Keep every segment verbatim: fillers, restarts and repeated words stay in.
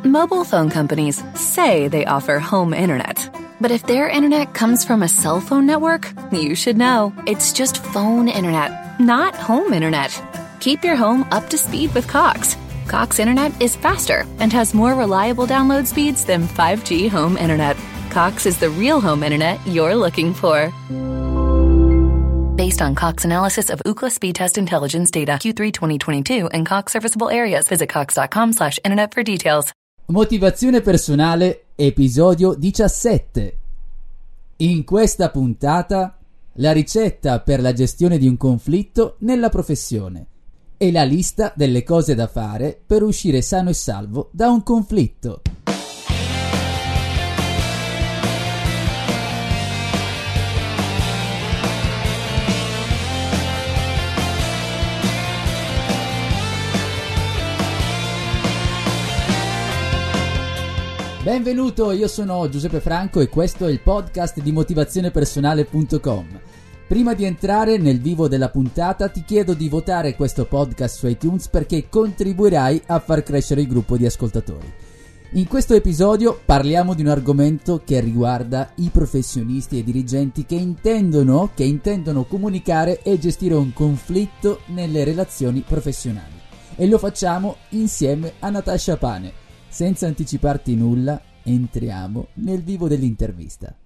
Mobile phone companies say they offer home internet. But if their internet comes from a cell phone network, you should know. It's just phone internet, not home internet. Keep your home up to speed with Cox. Cox Internet is faster and has more reliable download speeds than five G home internet. Cox is the real home internet you're looking for. Based on Cox analysis of Ookla speed test intelligence data Q three twenty twenty-two and Cox serviceable areas, visit cox.com slash internet for details. Motivazione personale, episodio diciassette. In questa puntata, la ricetta per la gestione di un conflitto nella professione e la lista delle cose da fare per uscire sano e salvo da un conflitto. Benvenuto, io sono Giuseppe Franco e questo è il podcast di motivazione personale punto com. Prima di entrare nel vivo della puntata ti chiedo di votare questo podcast su iTunes perché contribuirai a far crescere il gruppo di ascoltatori. In questo episodio parliamo di un argomento che riguarda i professionisti e i dirigenti che intendono, che intendono comunicare e gestire un conflitto nelle relazioni professionali. E lo facciamo insieme a Natasha Pane. Senza anticiparti nulla, entriamo nel vivo dell'intervista.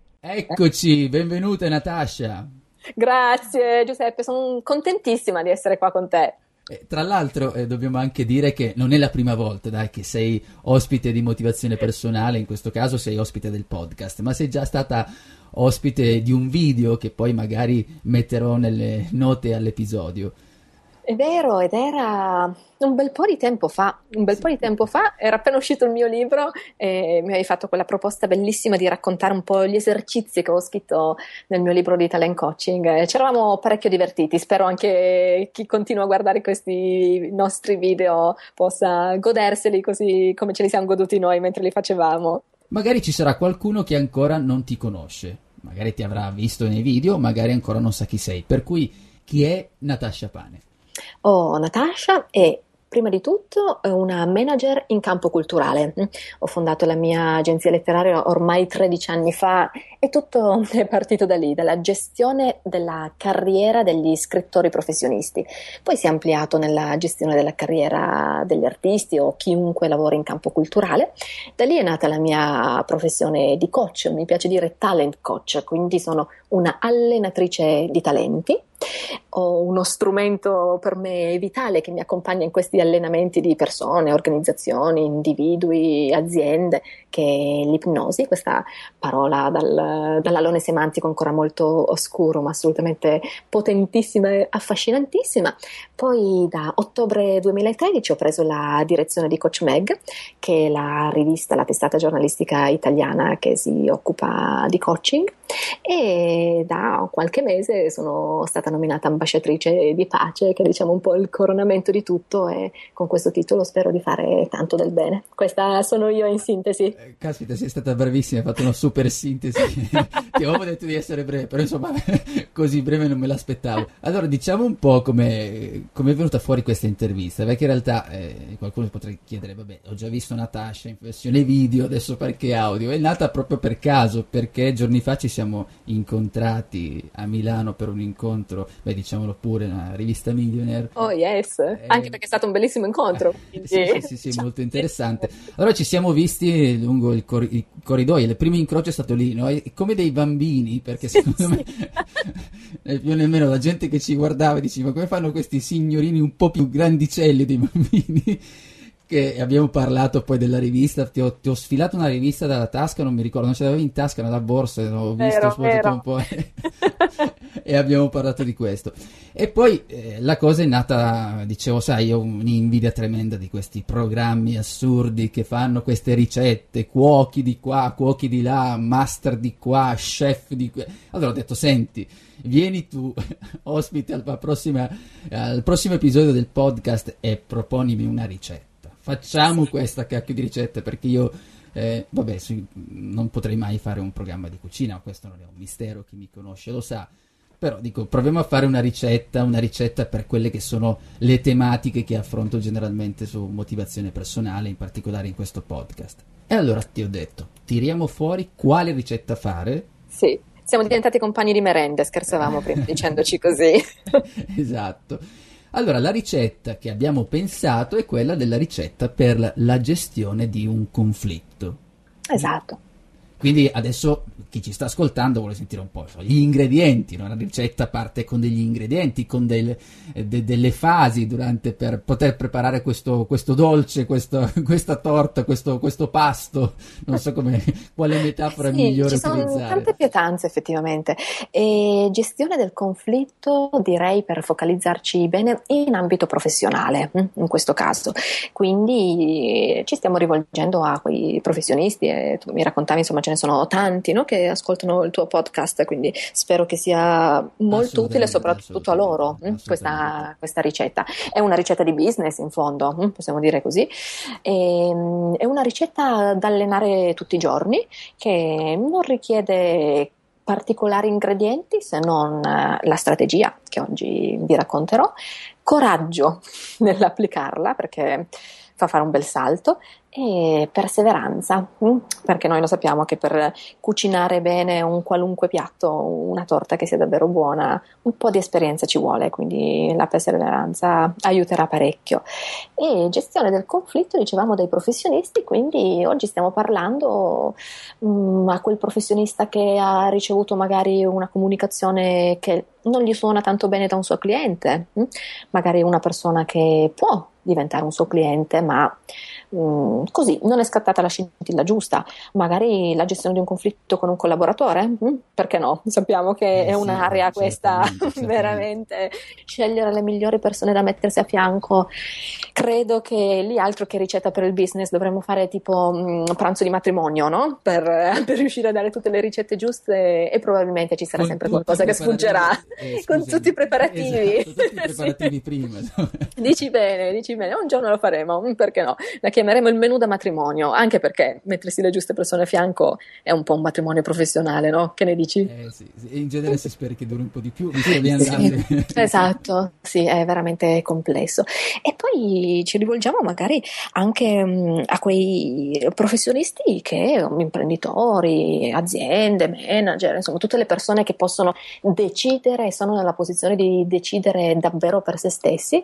Eccoci, benvenuta Natasha. Grazie Giuseppe, sono contentissima di essere qua con te. Eh, tra l'altro eh, dobbiamo anche dire che non è la prima volta dai, che sei ospite di motivazione personale, in questo caso sei ospite del podcast, ma sei già stata ospite di un video che poi magari metterò nelle note all'episodio. È vero, ed era un bel po' di tempo fa, un bel po' di tempo fa, era appena uscito il mio libro e mi avevi fatto quella proposta bellissima di raccontare un po' gli esercizi che ho scritto nel mio libro di talent coaching. Ci eravamo parecchio divertiti, spero anche chi continua a guardare questi nostri video possa goderseli così come ce li siamo goduti noi mentre li facevamo. Magari ci sarà qualcuno che ancora non ti conosce, magari ti avrà visto nei video, magari ancora non sa chi sei, per cui chi è Natasha Pane? Oh, Natasha è prima di tutto una manager in campo culturale. Ho fondato la mia agenzia letteraria ormai tredici anni fa e tutto è partito da lì, dalla gestione della carriera degli scrittori professionisti. Poi si è ampliato nella gestione della carriera degli artisti o chiunque lavora in campo culturale. Da lì è nata la mia professione di coach, mi piace dire talent coach, quindi sono una allenatrice di talenti. Ho uno strumento per me vitale che mi accompagna in questi allenamenti di persone, organizzazioni, individui, aziende, che è l'ipnosi, questa parola dal, dall'alone semantico ancora molto oscuro ma assolutamente potentissima e affascinantissima. Poi da ottobre duemilatredici ho preso la direzione di Coach Mag, che è la rivista, la testata giornalistica italiana che si occupa di coaching, e da qualche mese sono stata nominata ambasciatrice di pace, che è diciamo un po' il coronamento di tutto, e con questo titolo spero di fare tanto del bene. Questa sono io in sintesi. Eh, caspita, sei stata bravissima, hai fatto una super sintesi. Ti avevo detto di essere breve, però insomma così breve non me l'aspettavo. Allora diciamo un po' come come è venuta fuori questa intervista, perché in realtà eh, qualcuno potrà chiedere, vabbè, ho già visto Natasha in versione video, adesso perché audio? È nata proprio per caso, perché giorni fa ci siamo incontrati a Milano per un incontro, beh diciamolo pure, una rivista Millionaire. Oh yes, eh, anche perché è stato un bellissimo incontro. Eh, sì, sì, sì, sì, molto interessante. Allora ci siamo visti lungo il, cor- il corridoio, il primo incrocio è stato lì, no? E come dei bambini, perché secondo sì, me né più nemmeno la gente che ci guardava diceva come fanno questi signorini un po' più grandicelli dei bambini. Che abbiamo parlato poi della rivista, ti ho, ti ho sfilato una rivista dalla tasca, non mi ricordo, non ce l'avevi in tasca, nella borsa, ho visto, ho svuotato un po' e, e abbiamo parlato di questo. E poi eh, la cosa è nata, dicevo, sai, io ho un'invidia tremenda di questi programmi assurdi che fanno queste ricette, cuochi di qua, cuochi di là, master di qua, chef di qua. Allora ho detto, senti, vieni tu ospite al, prossima, al prossimo episodio del podcast e proponimi una ricetta. Facciamo sì. questa cacchio di ricetta, perché io eh, vabbè sì, non potrei mai fare un programma di cucina, questo non è un mistero, chi mi conosce lo sa, Però dico, proviamo a fare una ricetta, una ricetta per quelle che sono le tematiche che affronto generalmente su motivazione personale, in particolare in questo podcast. E allora ti ho detto, tiriamo fuori quale ricetta fare. Sì, siamo diventati compagni di merende, scherzavamo prima dicendoci così. Esatto. Allora, la ricetta che abbiamo pensato è quella della ricetta per la gestione di un conflitto. Esatto. Quindi adesso chi ci sta ascoltando vuole sentire un po' gli ingredienti, no? La ricetta parte con degli ingredienti, con del, de, delle fasi durante per poter preparare questo, questo dolce, questo, questa torta, questo, questo pasto. Non so come, quale metafora sì, migliore ci sono utilizzare. Tante pietanze effettivamente. E gestione del conflitto, direi, per focalizzarci bene in ambito professionale, in questo caso. Quindi ci stiamo rivolgendo a quei professionisti e tu mi raccontavi, insomma, ce ne sono tanti, no, che ascoltano il tuo podcast, quindi spero che sia molto utile soprattutto a loro hm, questa, questa ricetta. È una ricetta di business in fondo, hm, possiamo dire così. E, è una ricetta da allenare tutti i giorni che non richiede particolari ingredienti se non la strategia che oggi vi racconterò, coraggio nell'applicarla perché fa fare un bel salto, e perseveranza, perché noi lo sappiamo che per cucinare bene un qualunque piatto, una torta che sia davvero buona, un po' di esperienza ci vuole, quindi la perseveranza aiuterà parecchio. E gestione del conflitto, dicevamo, dei professionisti, quindi oggi stiamo parlando um, a quel professionista che ha ricevuto magari una comunicazione che non gli suona tanto bene da un suo cliente, hm? magari una persona che può diventare un suo cliente, ma mh, così non è scattata la scintilla giusta, magari la gestione di un conflitto con un collaboratore, mh? perché no? Sappiamo che eh è sì, un'area questa certamente, veramente, scegliere le migliori persone da mettersi a fianco, credo che lì altro che ricetta per il business, dovremmo fare tipo mh, pranzo di matrimonio, no? Per, per riuscire a dare tutte le ricette giuste, e probabilmente ci sarà con sempre qualcosa che sfuggerà, eh, con tutti i preparativi. Esatto, tutti i preparativi sì. prima. Dici bene, dici bene, un giorno lo faremo, perché no? La chiameremo il menù da matrimonio, anche perché mettersi le giuste persone a fianco è un po' un matrimonio professionale, no? Che ne dici? Eh sì, sì. In genere si spera che duri un po' di più, visto che andare. Sì, esatto, sì, è veramente complesso. E poi ci rivolgiamo magari anche mh, a quei professionisti che, imprenditori, aziende, manager, insomma tutte le persone che possono decidere, sono nella posizione di decidere davvero per se stessi,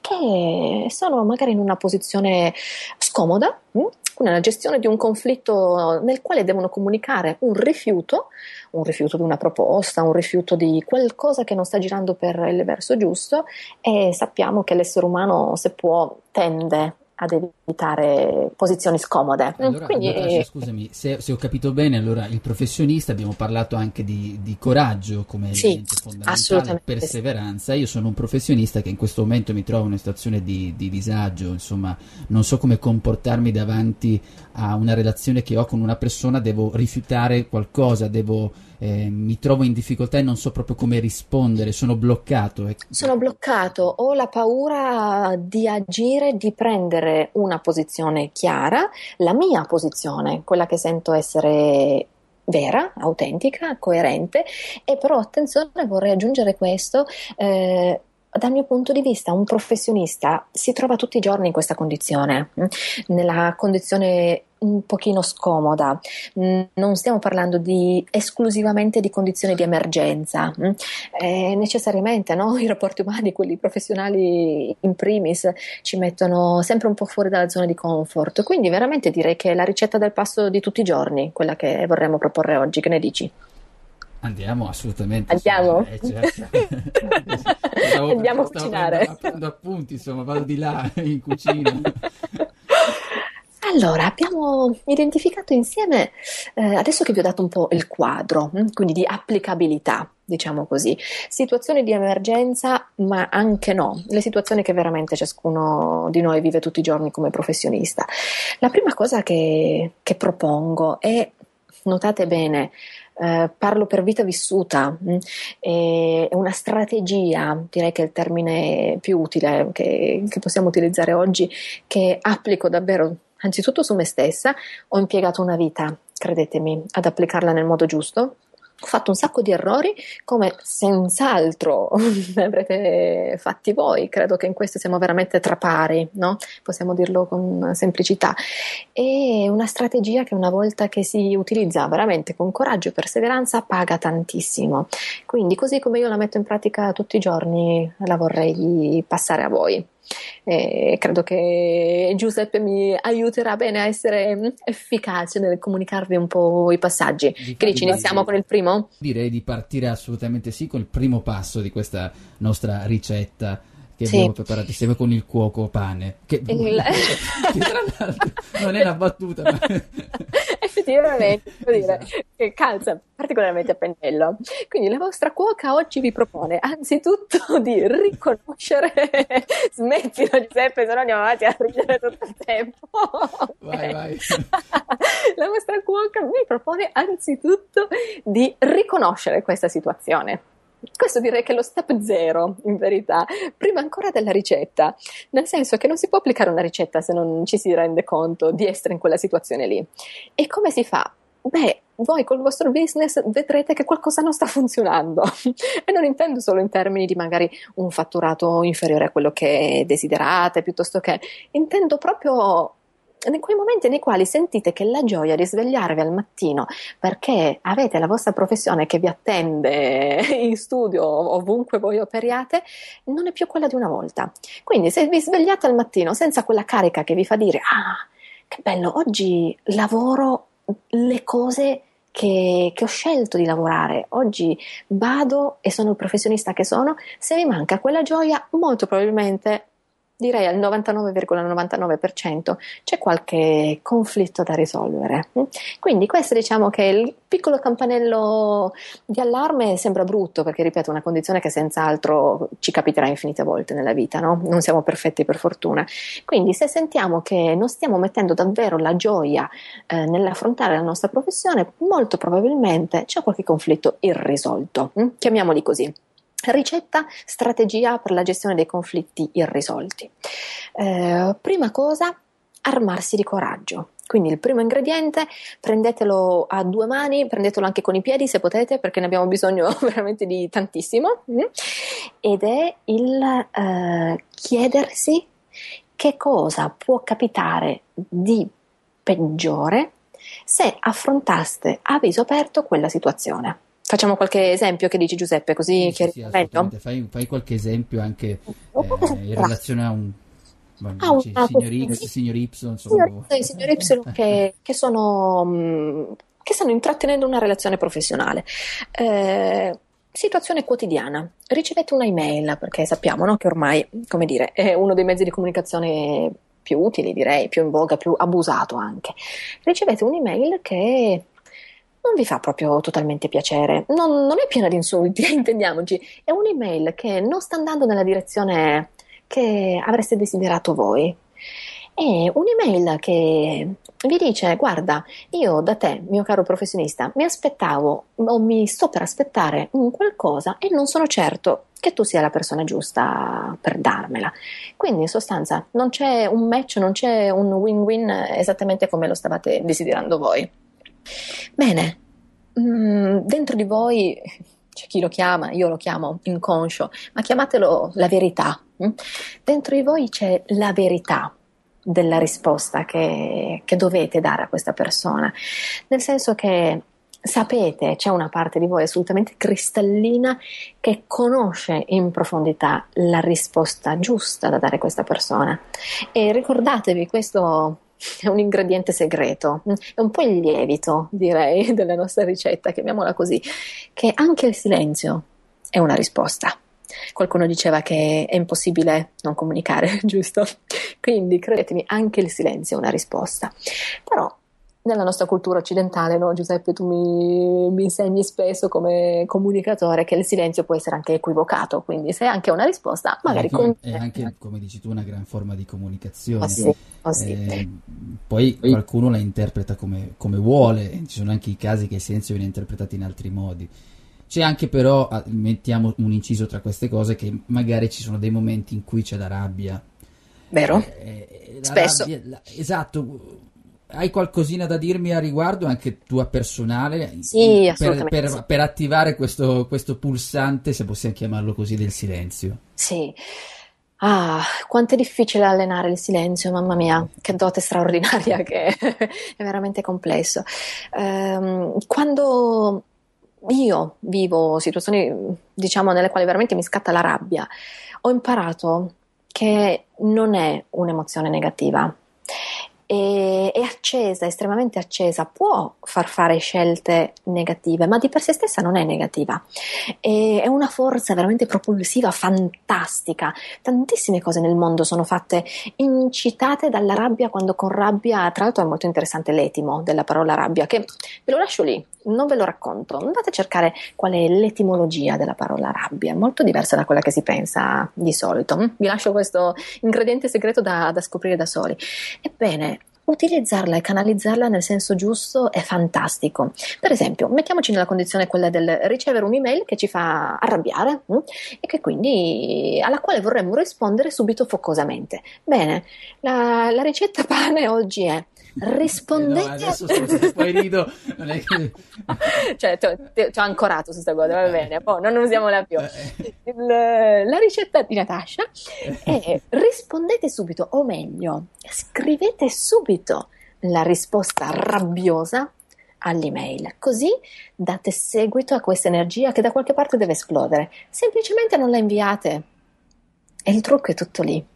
che sono magari in una posizione scomoda, mh? nella gestione di un conflitto nel quale devono comunicare un rifiuto, un rifiuto di una proposta, un rifiuto di qualcosa che non sta girando per il verso giusto, e sappiamo che l'essere umano, se può, tende ad evitare posizioni scomode. Allora, Quindi, Natascia, scusami, se, se ho capito bene, allora il professionista, abbiamo parlato anche di, di coraggio come sì, elemento fondamentale, assolutamente perseveranza. Io sono un professionista che in questo momento mi trovo in una situazione di, di disagio, insomma, non so come comportarmi davanti a una relazione che ho con una persona, devo rifiutare qualcosa, devo, eh, mi trovo in difficoltà e non so proprio come rispondere, sono bloccato. Eh. Sono bloccato, ho la paura di agire, di prendere una posizione chiara, la mia posizione, quella che sento essere vera, autentica, coerente, e però attenzione, vorrei aggiungere questo, eh, dal mio punto di vista un professionista si trova tutti i giorni in questa condizione, nella condizione un pochino scomoda. Non stiamo parlando di esclusivamente di condizioni di emergenza, eh, necessariamente, no? I rapporti umani, quelli professionali in primis, ci mettono sempre un po' fuori dalla zona di comfort, quindi veramente direi che è la ricetta del pasto di tutti i giorni, quella che vorremmo proporre oggi. Che ne dici? Andiamo, assolutamente. Andiamo? Eh, certo. stavo, Andiamo a stavo cucinare. Prendo, prendo appunti, insomma, vado di là in cucina. Allora, abbiamo identificato insieme, eh, adesso che vi ho dato un po' il quadro, hm, quindi di applicabilità, diciamo così, situazioni di emergenza, ma anche no, le situazioni che veramente ciascuno di noi vive tutti i giorni come professionista. La prima cosa che, che propongo è, notate bene, Uh, parlo per vita vissuta, mh, è una strategia, direi che è il termine più utile che, che possiamo utilizzare oggi, che applico davvero anzitutto su me stessa. Ho impiegato una vita, credetemi, ad applicarla nel modo giusto, Ho fatto un sacco di errori, come senz'altro ne avrete fatti voi. Credo che in questo siamo veramente tra pari, no? Possiamo dirlo con semplicità. È una strategia che, una volta che si utilizza veramente con coraggio e perseveranza, paga tantissimo. Quindi, così come io la metto in pratica tutti i giorni, la vorrei passare a voi. E credo che Giuseppe mi aiuterà bene a essere efficace nel comunicarvi un po' i passaggi. Di- Che dici, di- iniziamo con il primo? Direi di partire assolutamente sì con il primo passo di questa nostra ricetta che Sì. abbiamo preparato insieme con il cuoco pane, che, Il- che tra l'altro non è una battuta, ma Effettivamente, devo dire, Esatto. che calza particolarmente a pennello. Quindi la vostra cuoca oggi vi propone anzitutto di riconoscere, smettilo Giuseppe, se no andiamo avanti a ridere tutto il tempo. Vai, vai. La vostra cuoca vi propone anzitutto di riconoscere questa situazione. Questo direi che è lo step zero, in verità, prima ancora della ricetta, nel senso che non si può applicare una ricetta se non ci si rende conto di essere in quella situazione lì. E come si fa? Beh, voi col vostro business vedrete che qualcosa non sta funzionando e non intendo solo in termini di magari un fatturato inferiore a quello che desiderate, piuttosto che intendo proprio in quei momenti nei quali sentite che la gioia di svegliarvi al mattino perché avete la vostra professione che vi attende in studio ovunque voi operiate non è più quella di una volta. Quindi se vi svegliate al mattino senza quella carica che vi fa dire ah, che bello, oggi lavoro le cose che, che ho scelto di lavorare, oggi vado e sono il professionista che sono, se vi manca quella gioia molto probabilmente, direi al novantanove virgola novantanove per cento, c'è qualche conflitto da risolvere. Quindi questo, diciamo che il piccolo campanello di allarme sembra brutto, perché ripeto, è una condizione che senz'altro ci capiterà infinite volte nella vita, no? Non siamo perfetti, per fortuna. Quindi se sentiamo che non stiamo mettendo davvero la gioia eh, nell'affrontare la nostra professione, molto probabilmente c'è qualche conflitto irrisolto, hm? Chiamiamoli così. Ricetta, strategia per la gestione dei conflitti irrisolti. Eh, prima cosa, armarsi di coraggio. Quindi il primo ingrediente, prendetelo a due mani, prendetelo anche con i piedi se potete, perché ne abbiamo bisogno veramente di tantissimo, ed è il eh, chiedersi che cosa può capitare di peggiore se affrontaste a viso aperto quella situazione. Facciamo qualche esempio, che dici Giuseppe, così Sì, sì, sì, chiariamo meglio? assolutamente. Fai, fai qualche esempio anche eh, in relazione a un Ah, dici, una signor questione- X, signor Y, insomma. Signor X e signor Y che, che sono mh, che stanno intrattenendo una relazione professionale. Eh, situazione quotidiana. Ricevete una email, perché sappiamo, no, che ormai, come dire, è uno dei mezzi di comunicazione più utili, direi, più in voga, più abusato anche. Ricevete un'email che non vi fa proprio totalmente piacere, non, non è piena di insulti, intendiamoci, è un'email che non sta andando nella direzione che avreste desiderato voi. È un'email che vi dice: guarda, io da te, mio caro professionista, mi aspettavo o mi sto per aspettare un qualcosa e non sono certo che tu sia la persona giusta per darmela. Quindi in sostanza non c'è un match, non c'è un win-win esattamente come lo stavate desiderando voi. Bene, mm, dentro di voi c'è chi lo chiama, io lo chiamo inconscio, ma chiamatelo la verità. mm? Dentro di voi c'è la verità della risposta che, che dovete dare a questa persona, nel senso che sapete, c'è una parte di voi assolutamente cristallina che conosce in profondità la risposta giusta da dare a questa persona. E ricordatevi, questo è un ingrediente segreto, è un po' il lievito, direi, della nostra ricetta, chiamiamola così, che anche il silenzio è una risposta. Qualcuno diceva che è impossibile non comunicare, giusto? Quindi credetemi, anche il silenzio è una risposta. Però nella nostra cultura occidentale, no, Giuseppe, tu mi, mi insegni spesso come comunicatore che il silenzio può essere anche equivocato, quindi se è anche una risposta, magari È, con... è anche, come dici tu, una gran forma di comunicazione. Oh sì, oh sì. Eh, poi qualcuno la interpreta come, come vuole, ci sono anche i casi che il silenzio viene interpretato in altri modi. C'è anche però, mettiamo un inciso tra queste cose, che magari ci sono dei momenti in cui c'è la rabbia. Vero? Eh, la Spesso. rabbia, la, esatto. hai qualcosina da dirmi a riguardo, anche tua personale? Sì, per, assolutamente per, sì. per attivare questo, questo pulsante, se possiamo chiamarlo così, del silenzio. Sì. Ah, quanto è difficile allenare il silenzio, mamma mia, che dote straordinaria che è veramente complesso. Ehm, quando io vivo situazioni, diciamo, nelle quali veramente mi scatta la rabbia, ho imparato che non è un'emozione negativa. E- È accesa, estremamente accesa, può far fare scelte negative, ma di per sé stessa non è negativa. E- È una forza veramente propulsiva, fantastica. Tantissime cose nel mondo sono fatte incitate dalla rabbia, quando con rabbia, tra l'altro è molto interessante l'etimo della parola rabbia, che ve lo lascio lì, non ve lo racconto. Andate a cercare qual è l'etimologia della parola rabbia, è molto diversa da quella che si pensa di solito. Vi lascio questo ingrediente segreto da, da scoprire da soli. Ebbene, utilizzarla e canalizzarla nel senso giusto è fantastico. Per esempio, mettiamoci nella condizione quella del ricevere un'email che ci fa arrabbiare hm, e che quindi alla quale vorremmo rispondere subito focosamente. Bene, la, la ricetta pane oggi è: rispondete. Eh no, adesso se poi rido, non è che... Cioè, ti ho, ti ho ancorato su questa cosa, va bene, poi non usiamola più. Il, la ricetta di Natasha è: rispondete subito, o meglio, scrivete subito la risposta rabbiosa all'email, così date seguito a questa energia che da qualche parte deve esplodere. Semplicemente non la inviate e il trucco è tutto lì.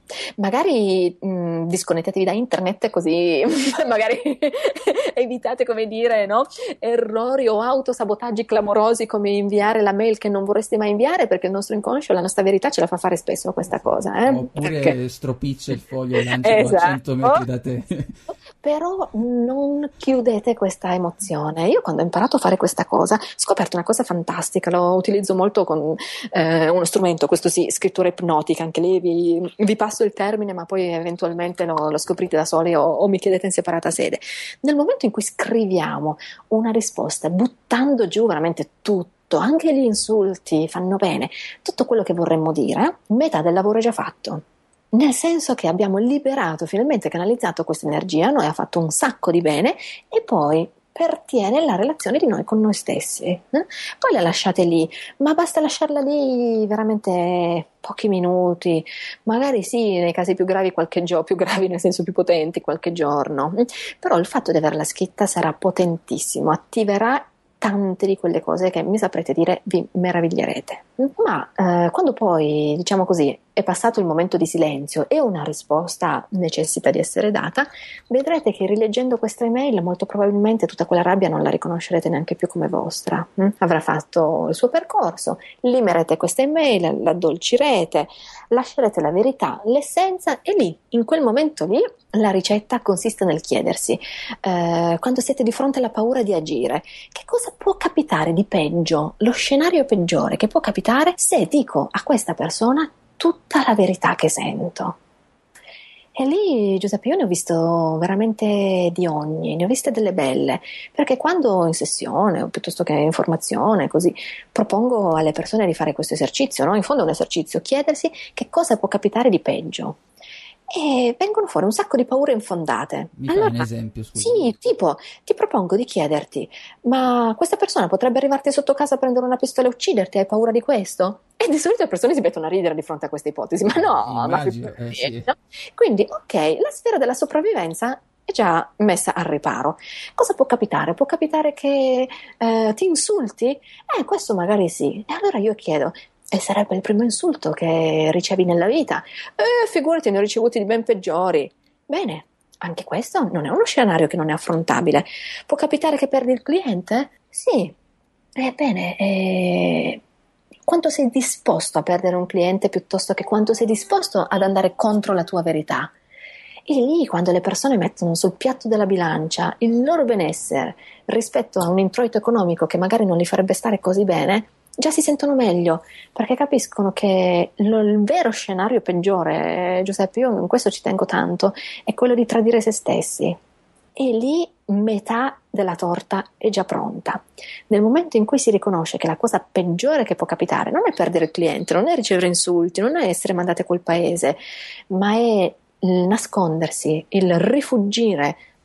Magari mh, disconnettetevi da internet, così magari evitate, come dire, no? Errori o autosabotaggi clamorosi, come inviare la mail che non vorreste mai inviare, perché il nostro inconscio, la nostra verità ce la fa fare spesso questa cosa, eh? Oppure Perché... stropiccia il foglio e lancialo esatto. a cento metri da te. Però non chiudete questa emozione. Io, quando ho imparato a fare questa cosa, ho scoperto una cosa fantastica. Lo utilizzo molto con eh, uno strumento, questo sì, scrittura ipnotica. Anche lì vi, vi passo il termine, ma poi eventualmente lo, lo scoprite da soli o, o mi chiedete in separata sede. Nel momento in cui scriviamo una risposta buttando giù veramente tutto, anche gli insulti fanno bene, tutto quello che vorremmo dire, metà del lavoro è già fatto. Nel senso che abbiamo liberato, finalmente canalizzato questa energia, noi ha fatto un sacco di bene e poi pertiene la relazione di noi con noi stessi. Eh? Poi la lasciate lì, ma basta lasciarla lì veramente pochi minuti, magari sì, nei casi più gravi qualche giorno, più gravi nel senso più potenti, qualche giorno. Però il fatto di averla scritta sarà potentissimo, attiverà tante di quelle cose che mi saprete dire vi meraviglierete. Ma eh, quando poi, diciamo così, è passato il momento di silenzio e una risposta necessita di essere data, vedrete che rileggendo questa email molto probabilmente tutta quella rabbia non la riconoscerete neanche più come vostra. Mm? Avrà fatto il suo percorso, limerete questa email, la addolcirete, lascerete la verità, l'essenza, e lì, in quel momento lì, la ricetta consiste nel chiedersi, eh, quando siete di fronte alla paura di agire, che cosa può capitare di peggio, lo scenario peggiore che può capitare se dico a questa persona tutta la verità che sento. E lì, Giuseppe, io ne ho visto veramente di ogni, ne ho viste delle belle, perché quando in sessione o piuttosto che in formazione, così, propongo alle persone di fare questo esercizio, no? In fondo è un esercizio, chiedersi che cosa può capitare di peggio. E vengono fuori un sacco di paure infondate. Mi allora, fai un esempio, scusa? Sì, tipo, ti propongo di chiederti: ma questa persona potrebbe arrivarti sotto casa a prendere una pistola e ucciderti? Hai paura di questo? E di solito le persone si mettono a ridere di fronte a questa ipotesi, ma no, Immagino, ma eh, sì. no? Quindi, ok, la sfera della sopravvivenza è già messa al riparo. Cosa può capitare? Può capitare che eh, ti insulti? Eh, questo magari sì. E allora io chiedo: e sarebbe il primo insulto che ricevi nella vita? Eh, figurati, ne ho ricevuti di ben peggiori. Bene, anche questo non è uno scenario che non è affrontabile. Può capitare che perdi il cliente? Sì. Ebbene, eh, quanto sei disposto a perdere un cliente piuttosto che quanto sei disposto ad andare contro la tua verità? E lì, quando le persone mettono sul piatto della bilancia il loro benessere rispetto a un introito economico che magari non li farebbe stare così bene, già si sentono meglio, perché capiscono che lo, il vero scenario peggiore, Giuseppe, io in questo ci tengo tanto, è quello di tradire se stessi. E lì metà della torta è già pronta. Nel momento in cui si riconosce che la cosa peggiore che può capitare non è perdere il cliente, non è ricevere insulti, non è essere mandate a quel paese, ma è il nascondersi, il rifuggire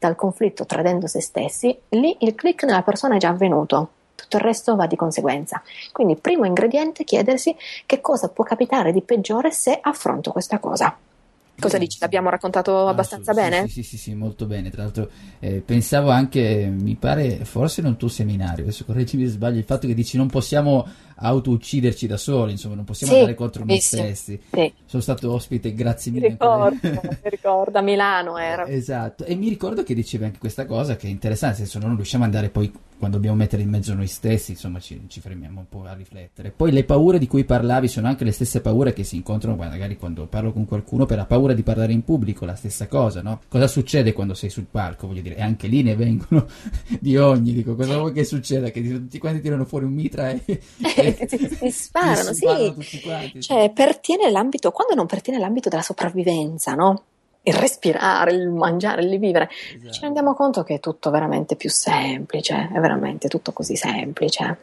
dal conflitto tradendo se stessi, lì il click nella persona è già avvenuto. Tutto il resto va di conseguenza. Quindi primo ingrediente, chiedersi che cosa può capitare di peggiore se affronto questa cosa. Cosa dici? L'abbiamo raccontato abbastanza ah, sì, bene? Sì, sì, sì, sì, molto bene. Tra l'altro eh, pensavo anche, mi pare, forse nel tuo seminario, adesso correggimi se sbaglio, il fatto che dici non possiamo auto-ucciderci da soli, insomma, non possiamo sì, andare contro noi sì, stessi. Sì. Sono stato ospite, grazie Mi mille. ricordo, mi ricordo, a Milano era. Esatto, e mi ricordo che dicevi anche questa cosa che è interessante, nel senso non riusciamo ad andare poi, quando dobbiamo mettere in mezzo noi stessi, insomma ci, ci fermiamo un po' a riflettere. Poi le paure di cui parlavi sono anche le stesse paure che si incontrano magari quando parlo con qualcuno per la paura di parlare in pubblico, la stessa cosa, no? Cosa succede quando sei sul palco? Voglio dire, e anche lì ne vengono di ogni, dico, cosa vuoi che succeda? Che tutti quanti tirano fuori un mitra e, e ti, ti sparano, ti sì. sparano tutti quanti. Cioè, pertiene l'ambito, quando non pertiene l'ambito della sopravvivenza, no? Il respirare, il mangiare, il vivere, esatto. Ci rendiamo conto che è tutto veramente più semplice, è veramente tutto così semplice.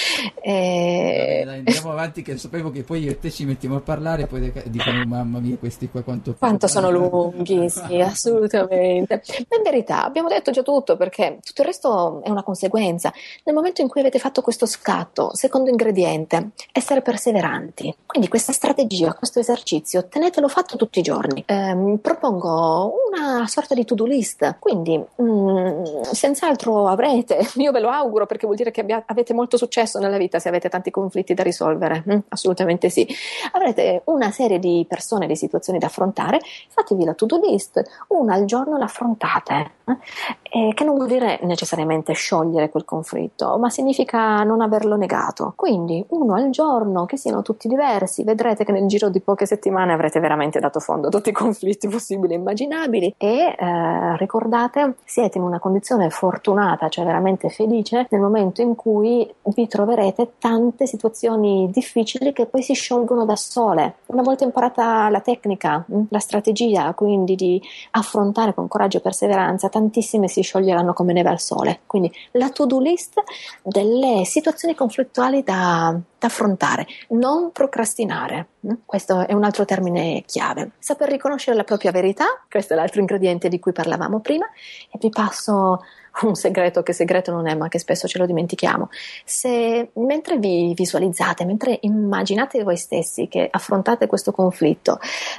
E... Dai, andiamo avanti, che sapevo che poi io e te ci mettiamo a parlare e poi dicono mamma mia questi qua quanto, quanto sono lunghi, sì, assolutamente. Ma in verità abbiamo detto già tutto, perché tutto il resto è una conseguenza. Nel momento in cui avete fatto questo scatto, secondo ingrediente, essere perseveranti. Quindi questa strategia, questo esercizio, tenetelo fatto tutti i giorni. Eh, propongo una sorta di to-do list, quindi mh, senz'altro avrete, io ve lo auguro perché vuol dire che abbia, avete molto successo nella vita se avete tanti conflitti da risolvere, mm, assolutamente sì, avrete una serie di persone, di situazioni da affrontare, fatevi la to-do list, una al giorno l'affrontate, eh, che non vuol dire necessariamente sciogliere quel conflitto, ma significa non averlo negato, quindi uno al giorno, che siano tutti diversi, vedrete che nel giro di poche settimane avrete veramente dato fondo a tutti i conflitti possibili e immaginabili e eh, ricordate, siete in una condizione fortunata, cioè veramente felice nel momento in cui vi troverete tante situazioni difficili che poi si sciolgono da sole. Una volta imparata la tecnica, la strategia quindi di affrontare con coraggio e perseveranza, tantissime si scioglieranno come neve al sole. Quindi la to-do list delle situazioni conflittuali da, da affrontare, non procrastinare. Questo è un altro termine chiave. Saper riconoscere la propria verità, questo è l'altro ingrediente di cui parlavamo prima, e vi passo un segreto che segreto non è, ma che spesso ce lo dimentichiamo. Se mentre vi visualizzate, mentre immaginate voi stessi che affrontate questo conflitto,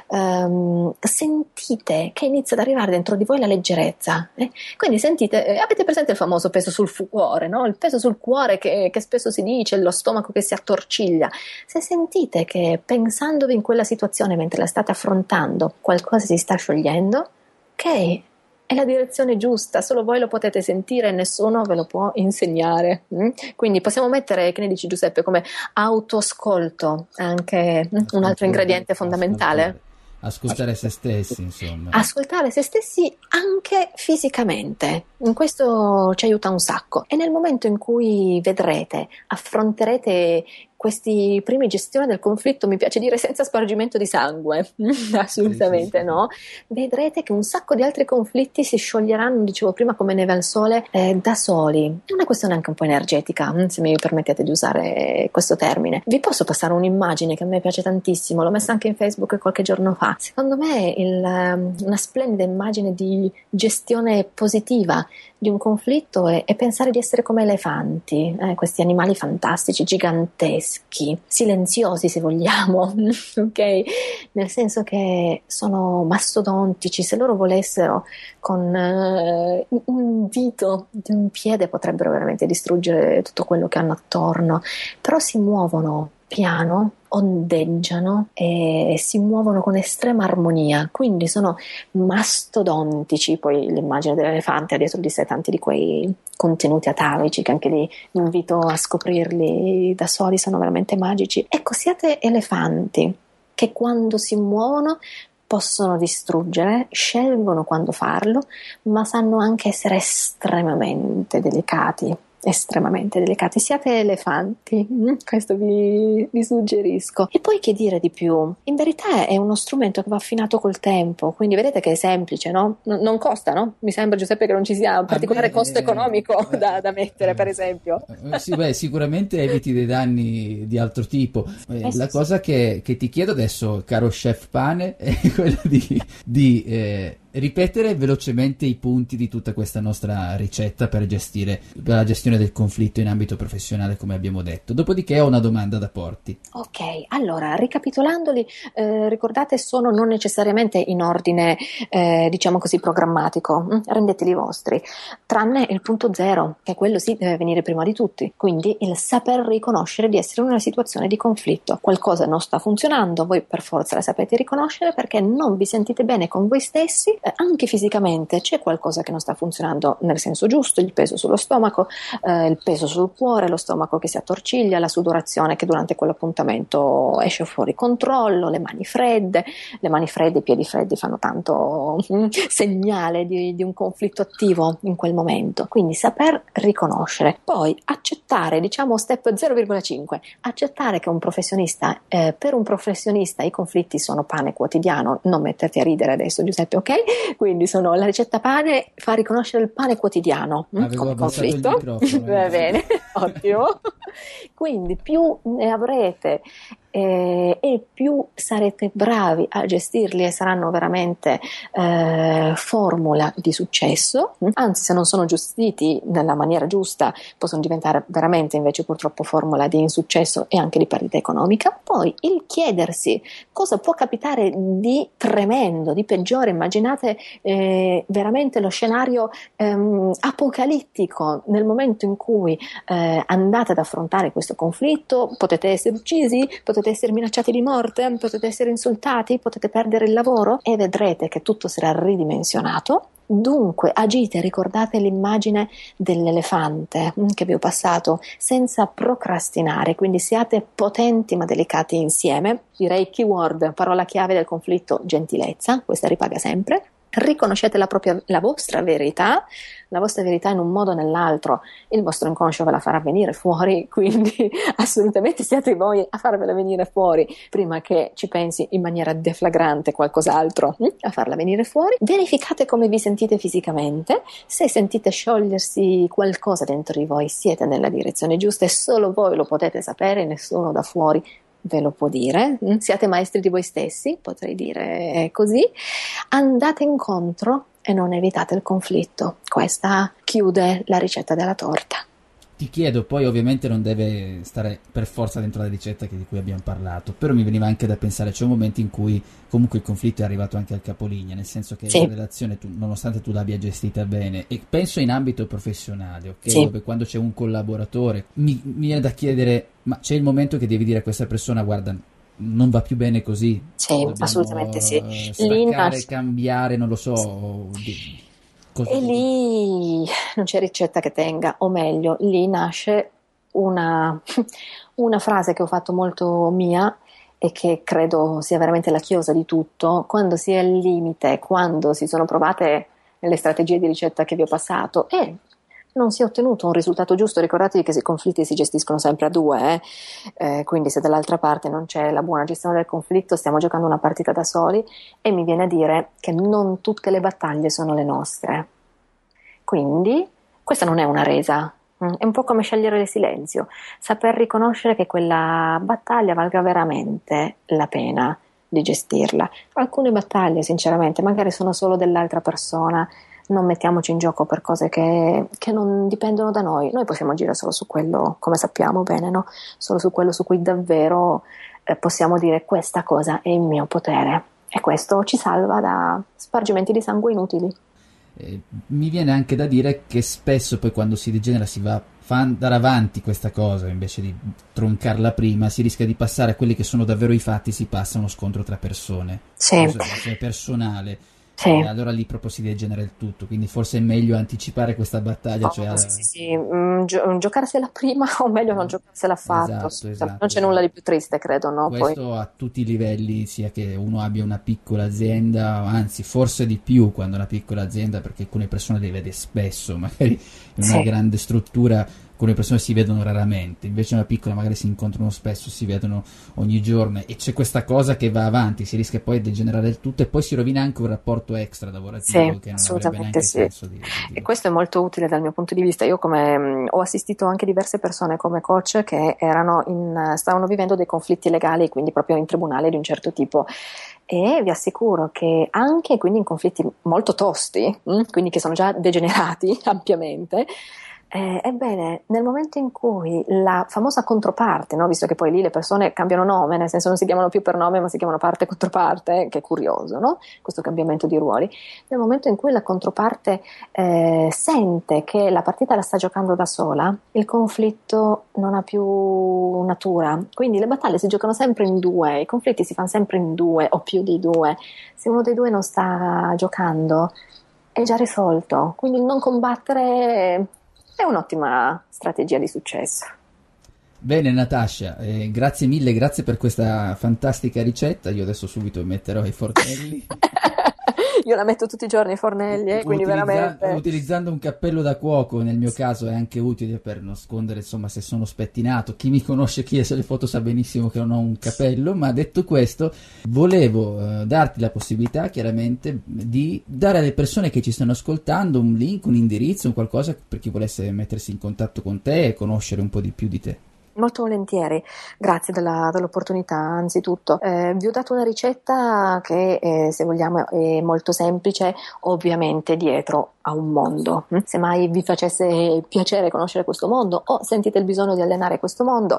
ehm, sentite che inizia ad arrivare dentro di voi la leggerezza, eh? Quindi sentite, eh, avete presente il famoso peso sul cuore, no? Il peso sul cuore che, che spesso si dice, lo stomaco che si attorciglia. Se sentite che pensandovi in quella situazione mentre la state affrontando qualcosa si sta sciogliendo, ok, è la direzione giusta, solo voi lo potete sentire e nessuno ve lo può insegnare. Quindi possiamo mettere, che ne dici Giuseppe, come autoascolto, anche un altro ingrediente fondamentale. Ascoltare se stessi, insomma. Ascoltare se stessi anche fisicamente, in questo ci aiuta un sacco. E nel momento in cui vedrete, affronterete questi primi gestione del conflitto, mi piace dire senza spargimento di sangue, assolutamente sì, sì, sì. No, vedrete che un sacco di altri conflitti si scioglieranno, dicevo prima, come neve al sole, eh, da soli. È una questione anche un po' energetica, se mi permettete di usare questo termine. Vi posso passare un'immagine che a me piace tantissimo, l'ho messa anche in Facebook qualche giorno fa. Secondo me il, una splendida immagine di gestione positiva di un conflitto è, è pensare di essere come elefanti, eh, questi animali fantastici, giganteschi, silenziosi se vogliamo, ok? Nel senso che sono mastodontici, se loro volessero con uh, un dito di un piede potrebbero veramente distruggere tutto quello che hanno attorno, però si muovono piano, ondeggiano e si muovono con estrema armonia, quindi sono mastodontici. Poi l'immagine dell'elefante ha dietro di sé tanti di quei contenuti atavici che anche lì invito a scoprirli da soli, sono veramente magici. Ecco, siate elefanti che quando si muovono possono distruggere, scelgono quando farlo, ma sanno anche essere estremamente delicati. estremamente delicati, siate elefanti, questo vi, vi suggerisco. E poi che dire di più? In verità è uno strumento che va affinato col tempo, quindi vedete che è semplice, no? N- non costa, no? Mi sembra, Giuseppe, che non ci sia un particolare beh, costo eh, economico eh, da, da mettere, eh, per esempio. Eh, sì, beh, sicuramente eviti dei danni di altro tipo. Eh, eh, la sì, cosa sì. Che, che ti chiedo adesso, caro chef Pane, è quella di... di eh, ripetere velocemente i punti di tutta questa nostra ricetta per gestire la gestione del conflitto in ambito professionale, come abbiamo detto. Dopodiché ho una domanda da porti. Ok, allora, ricapitolandoli, eh, ricordate, sono non necessariamente in ordine, eh, diciamo così, programmatico, mm? Rendeteli vostri, tranne il punto zero, che quello sì deve venire prima di tutti, quindi il saper riconoscere di essere in una situazione di conflitto. Qualcosa non sta funzionando, voi per forza la sapete riconoscere perché non vi sentite bene con voi stessi, eh, anche fisicamente c'è qualcosa che non sta funzionando nel senso giusto, il peso sullo stomaco, eh, il peso sul cuore, lo stomaco che si attorciglia, la sudorazione che durante quell'appuntamento esce fuori controllo, le mani fredde, le mani fredde, i piedi freddi fanno tanto mm, segnale di, di un conflitto attivo in quel momento, quindi saper riconoscere, poi accettare, diciamo step zero virgola cinque, accettare che un professionista, eh, per un professionista i conflitti sono pane quotidiano, non metterti a ridere adesso Giuseppe, ok? Quindi sono la ricetta pane, fa riconoscere il pane quotidiano mm, Avevo come conflitto. Il microfono, Va bene, ottimo. Quindi più ne avrete eh, e più sarete bravi a gestirli e saranno veramente eh, formula di successo, anzi se non sono gestiti nella maniera giusta possono diventare veramente invece purtroppo formula di insuccesso e anche di perdita economica. Poi il chiedersi cosa può capitare di tremendo, di peggiore, immaginate eh, veramente lo scenario ehm, apocalittico nel momento in cui eh, andate ad affrontare questo conflitto, potete essere uccisi, potete essere minacciati di morte, potete essere insultati, potete perdere il lavoro e vedrete che tutto sarà ridimensionato. Dunque agite, ricordate l'immagine dell'elefante che vi ho passato, senza procrastinare, quindi siate potenti ma delicati insieme. Direi keyword, parola chiave del conflitto, gentilezza, questa ripaga sempre. Riconoscete la propria, la vostra verità, la vostra verità in un modo o nell'altro, il vostro inconscio ve la farà venire fuori, quindi assolutamente siate voi a farvela venire fuori prima che ci pensi in maniera deflagrante qualcos'altro a farla venire fuori. Verificate come vi sentite fisicamente, se sentite sciogliersi qualcosa dentro di voi siete nella direzione giusta e solo voi lo potete sapere, nessuno da fuori ve lo può dire, siate maestri di voi stessi, potrei dire così, andate incontro e non evitate il conflitto. Questa chiude la ricetta della torta. Ti chiedo, poi ovviamente non deve stare per forza dentro la ricetta che, di cui abbiamo parlato, però mi veniva anche da pensare, c'è un momento in cui comunque il conflitto è arrivato anche al capolinea, nel senso che sì. La relazione, tu, nonostante tu l'abbia gestita bene, e penso in ambito professionale, ok? Sì. Dove quando c'è un collaboratore, mi, mi viene da chiedere, ma c'è il momento che devi dire a questa persona, guarda, non va più bene così? Sì, dobbiamo assolutamente sì. Staccare, Lì, cambiare, non lo so... Sì. Così. E lì non c'è ricetta che tenga, o meglio, lì nasce una, una frase che ho fatto molto mia e che credo sia veramente la chiosa di tutto. Quando si è al limite, quando si sono provate le strategie di ricetta che vi ho passato e non si è ottenuto un risultato giusto, ricordatevi che i conflitti si gestiscono sempre a due, eh? Eh, quindi se dall'altra parte non c'è la buona gestione del conflitto stiamo giocando una partita da soli e mi viene a dire che non tutte le battaglie sono le nostre, quindi questa non è una resa, è un po' come scegliere il silenzio, saper riconoscere che quella battaglia valga veramente la pena di gestirla. Alcune battaglie sinceramente magari sono solo dell'altra persona, non mettiamoci in gioco per cose che, che non dipendono da noi, noi possiamo agire solo su quello, come sappiamo bene, no? Solo su quello su cui davvero eh, possiamo dire questa cosa è in mio potere e questo ci salva da spargimenti di sangue inutili. Eh, mi viene anche da dire che spesso poi quando si degenera si va fa andare avanti questa cosa invece di troncarla prima, si rischia di passare a quelli che sono davvero i fatti, si passa uno scontro tra persone, sì. Una situazione personale. Sì. E allora lì proprio si degenera il tutto, quindi forse è meglio anticipare questa battaglia, oh, cioè sì, sì, sì. Mm, gio- giocarsela prima o meglio non giocarsela affatto, esatto, esatto, non c'è nulla di più triste credo, no? Questo poi a tutti i livelli, sia che uno abbia una piccola azienda, anzi forse di più quando è una piccola azienda, perché alcune persone le vede spesso, magari in una sì. grande struttura con le persone si vedono raramente, invece una piccola magari si incontrano spesso, si vedono ogni giorno, e c'è questa cosa che va avanti, si rischia poi di degenerare il tutto e poi si rovina anche un rapporto extra lavorativo, sì, che non assolutamente avrebbe neanche sì. senso di, di, di... E questo è molto utile dal mio punto di vista. Io come mh, ho assistito anche diverse persone come coach che erano in, stavano vivendo dei conflitti legali, quindi proprio in tribunale di un certo tipo, e vi assicuro che anche quindi in conflitti molto tosti, mh, quindi che sono già degenerati ampiamente, Eh, ebbene, nel momento in cui la famosa controparte, no? Visto che poi lì le persone cambiano nome, nel senso non si chiamano più per nome ma si chiamano parte e controparte, che è curioso, no? Questo cambiamento di ruoli, nel momento in cui la controparte eh, sente che la partita la sta giocando da sola, il conflitto non ha più natura, quindi le battaglie si giocano sempre in due, i conflitti si fanno sempre in due o più di due. Se uno dei due non sta giocando è già risolto, quindi non combattere è un'ottima strategia di successo. Bene Natascia, eh, grazie mille, grazie per questa fantastica ricetta. Io adesso subito metterò i fornelli. Io la metto tutti i giorni i fornelli, eh, quindi Utilizza- veramente... Utilizzando un cappello da cuoco, nel mio caso, è anche utile per nascondere, insomma, se sono spettinato. Chi mi conosce, chi è sulle foto sa benissimo che non ho un cappello, ma detto questo, volevo eh, darti la possibilità, chiaramente, di dare alle persone che ci stanno ascoltando un link, un indirizzo, un qualcosa per chi volesse mettersi in contatto con te e conoscere un po' di più di te. Molto volentieri, grazie della, dell'opportunità anzitutto. Eh, vi ho dato una ricetta che eh, se vogliamo è molto semplice, ovviamente dietro a un mondo. Se mai vi facesse piacere conoscere questo mondo o sentite il bisogno di allenare questo mondo,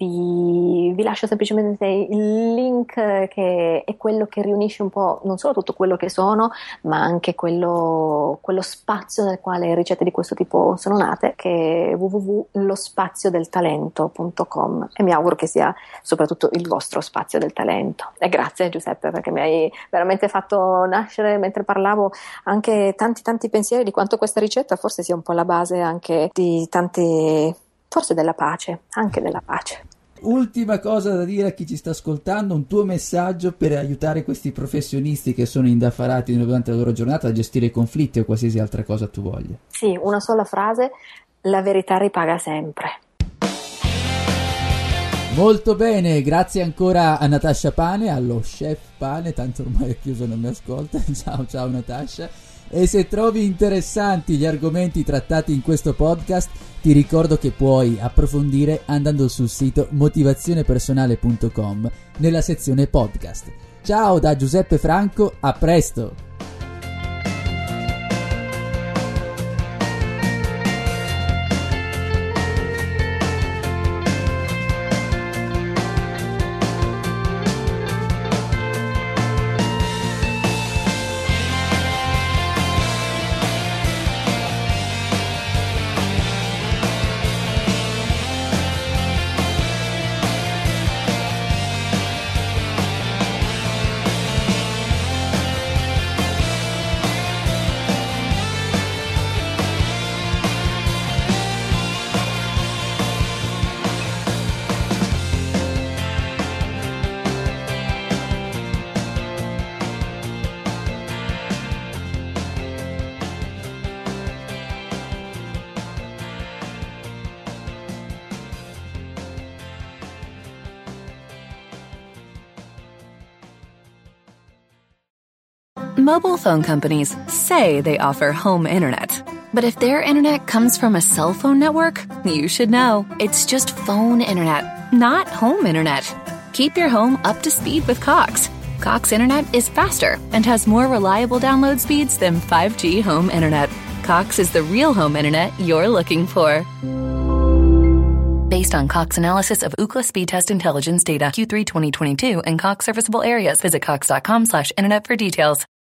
vi, vi lascio semplicemente il link che è quello che riunisce un po' non solo tutto quello che sono, ma anche quello, quello spazio nel quale ricette di questo tipo sono nate, che è w w w punto lo spazio del talento punto com, e mi auguro che sia soprattutto il vostro spazio del talento. E grazie Giuseppe, perché mi hai veramente fatto nascere mentre parlavo anche tanti tanti pensieri di quanto questa ricetta forse sia un po' la base anche di tante, forse della pace, anche della pace. Ultima cosa da dire a chi ci sta ascoltando, un tuo messaggio per aiutare questi professionisti che sono indaffarati durante la loro giornata a gestire i conflitti o qualsiasi altra cosa tu voglia. Sì, una sola frase: la verità ripaga sempre. Molto bene, grazie ancora a Natascia Pane, allo chef Pane, tanto ormai è chiuso, non mi ascolta. Ciao ciao Natascia. E se trovi interessanti gli argomenti trattati in questo podcast, ti ricordo che puoi approfondire andando sul sito motivazione personale punto com nella sezione podcast. Ciao da Giuseppe Franco, a presto! Mobile phone companies say they offer home internet. But if their internet comes from a cell phone network, you should know. It's just phone internet, not home internet. Keep your home up to speed with Cox. Cox internet is faster and has more reliable download speeds than five G home internet. Cox is the real home internet you're looking for. Based on Cox analysis of Ookla speed test intelligence data Q three twenty twenty-two and Cox serviceable areas, visit cox dot com slash internet for details.